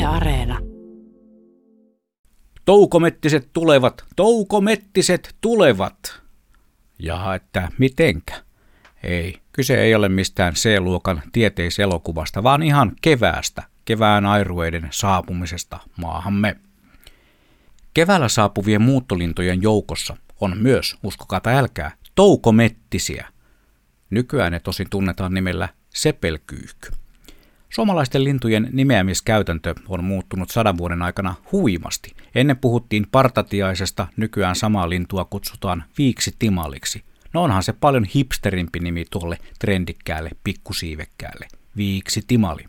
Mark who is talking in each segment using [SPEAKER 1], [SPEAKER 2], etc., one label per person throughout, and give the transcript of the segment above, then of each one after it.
[SPEAKER 1] Areena.
[SPEAKER 2] Toukomettiset tulevat. Ja että mitenkä? Ei, kyse ei ole mistään C-luokan tieteiselokuvasta, vaan ihan keväästä, kevään airueiden saapumisesta maahamme. Keväällä saapuvien muuttolintojen joukossa on myös, uskokaa tai älkää, toukomettisiä. Nykyään ne tosin tunnetaan nimellä sepelkyyhky. Suomalaisten lintujen nimeämiskäytäntö on muuttunut 100 vuoden aikana huimasti. Ennen puhuttiin partatiaisesta, nykyään samaa lintua kutsutaan viiksitimaliksi. No onhan se paljon hipsterimpi nimi tuolle trendikkäälle pikkusiivekkäälle, viiksitimali.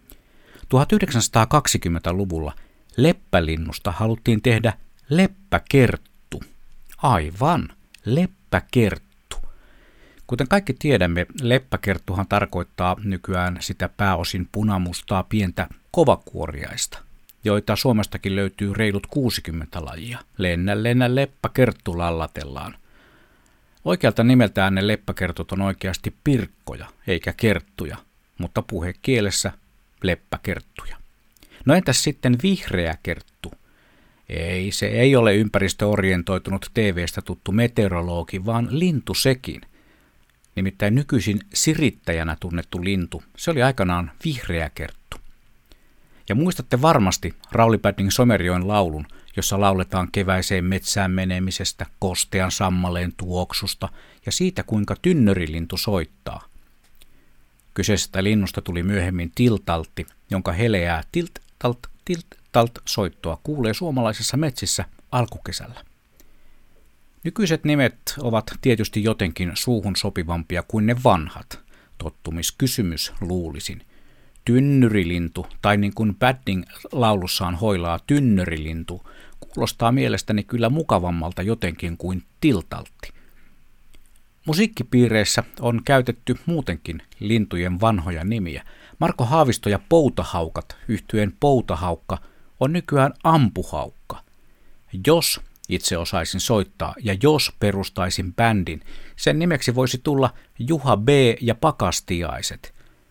[SPEAKER 2] 1920-luvulla leppälinnusta haluttiin tehdä leppäkerttu. Aivan, leppäkerttu. Kuten kaikki tiedämme, leppäkerttuhan tarkoittaa nykyään sitä pääosin punamustaa pientä kovakuoriaista, joita Suomestakin löytyy reilut 60 lajia. Lennä leppäkerttu lallatellaan. Oikealta nimeltään ne leppäkertut on oikeasti pirkkoja, eikä kerttuja, mutta puhekielessä leppäkerttuja. No entäs sitten vihreä kerttu? Ei, se ei ole ympäristöorientoitunut TV:stä tuttu meteorologi, vaan lintu sekin. Nimittäin nykyisin sirittäjänä tunnettu lintu, se oli aikanaan vihreä kerttu. Ja muistatte varmasti Rauli Padding Somerjoen laulun, jossa lauletaan keväiseen metsään menemisestä, kostean sammaleen tuoksusta ja siitä, kuinka tynnyrilintu soittaa. Kyseisestä linnusta tuli myöhemmin tiltaltti, jonka heleää tilt-talt soittoa kuulee suomalaisissa metsissä alkukesällä. Nykyiset nimet ovat tietysti jotenkin suuhun sopivampia kuin ne vanhat. Tottumiskysymys luulisin. Tynnyrilintu, tai niin kuin Padding laulussaan hoilaa tynnyrilintu, kuulostaa mielestäni kyllä mukavammalta jotenkin kuin tiltaltti. Musiikkipiireissä on käytetty muutenkin lintujen vanhoja nimiä. Marko Haavisto ja Poutahaukat yhtyeen Poutahaukka on nykyään ampuhaukka. Jos itse osaisin soittaa ja jos perustaisin bändin, sen nimeksi voisi tulla Juha B. ja Pakastiaiset.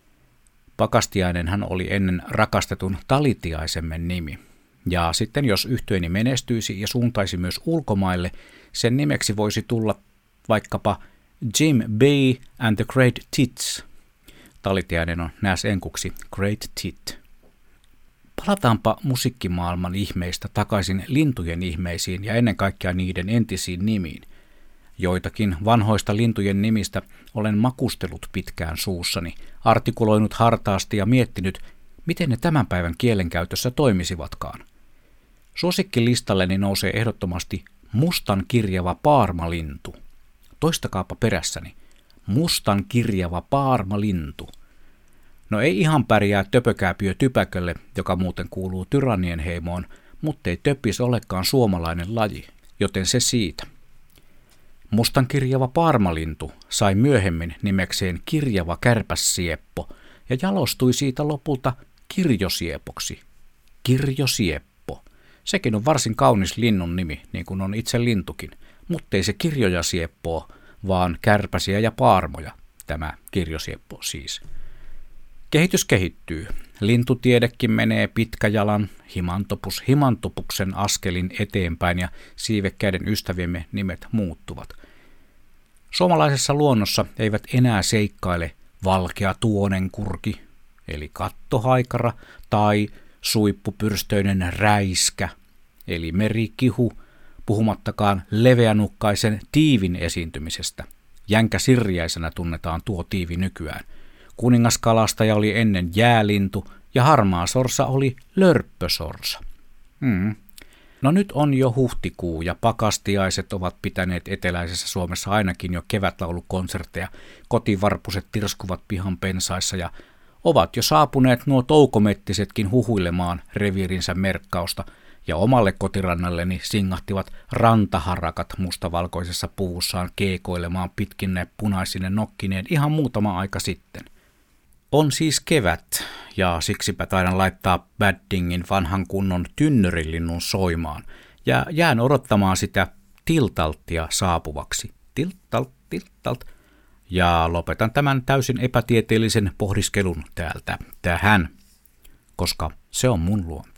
[SPEAKER 2] Pakastiainenhan oli ennen rakastetun Talitiaisemme nimi. Ja sitten jos yhtyeeni menestyisi ja suuntaisi myös ulkomaille, sen nimeksi voisi tulla vaikkapa Jim B. and the Great Tits. Talitiainen on nääs enkuksi Great Tit. Palataanpa musiikkimaailman ihmeistä takaisin lintujen ihmeisiin ja ennen kaikkea niiden entisiin nimiin. Joitakin vanhoista lintujen nimistä olen makustellut pitkään suussani, artikuloinut hartaasti ja miettinyt, miten ne tämän päivän kielenkäytössä toimisivatkaan. Suosikkilistalleni nousee ehdottomasti mustan kirjava paarmalintu. Toistakaapa perässäni. Mustan kirjava paarmalintu. No ei ihan pärjää töpökääpiö typäkölle, joka muuten kuuluu tyrannien heimoon, muttei töpis olekaan suomalainen laji, joten se siitä. Mustan kirjava paarmalintu sai myöhemmin nimekseen kirjava kärpässieppo ja jalostui siitä lopulta kirjosiepoksi. Kirjosieppo. Sekin on varsin kaunis linnun nimi, niin kuin on itse lintukin, muttei se kirjoja sieppoa, vaan kärpäsiä ja paarmoja, tämä kirjosieppo siis. Kehitys kehittyy. Lintutiedekin menee pitkäjalan himantopuksen askelin eteenpäin ja siivekkäiden ystäviemme nimet muuttuvat. Suomalaisessa luonnossa eivät enää seikkaile valkea tuonenkurki, eli kattohaikara, tai suippupyrstöinen räiskä, eli merikihu, puhumattakaan leveänukkaisen tiivin esiintymisestä. Jänkäsirjäisenä tunnetaan tuo tiivi nykyään. Kuningaskalastaja oli ennen jäälintu ja harmaasorsa oli lörppösorsa. No nyt on jo huhtikuu ja pakastiaiset ovat pitäneet eteläisessä Suomessa ainakin jo kevätlaulukonsertteja. Kotivarpuset tirskuvat pihan pensaissa ja ovat jo saapuneet nuo toukomettisetkin huhuilemaan reviirinsä merkkausta ja omalle kotirannalleni singahtivat rantaharakat mustavalkoisessa puvussaan keekoilemaan pitkinne punaisine nokkineen ihan muutama aika sitten. On siis kevät, ja siksipä taidan laittaa Paddingin vanhan kunnon tynnyrinlinnun soimaan, ja jään odottamaan sitä tiltalttia saapuvaksi. Tiltalt. Ja lopetan tämän täysin epätieteellisen pohdiskelun täältä tähän, koska se on mun luonto.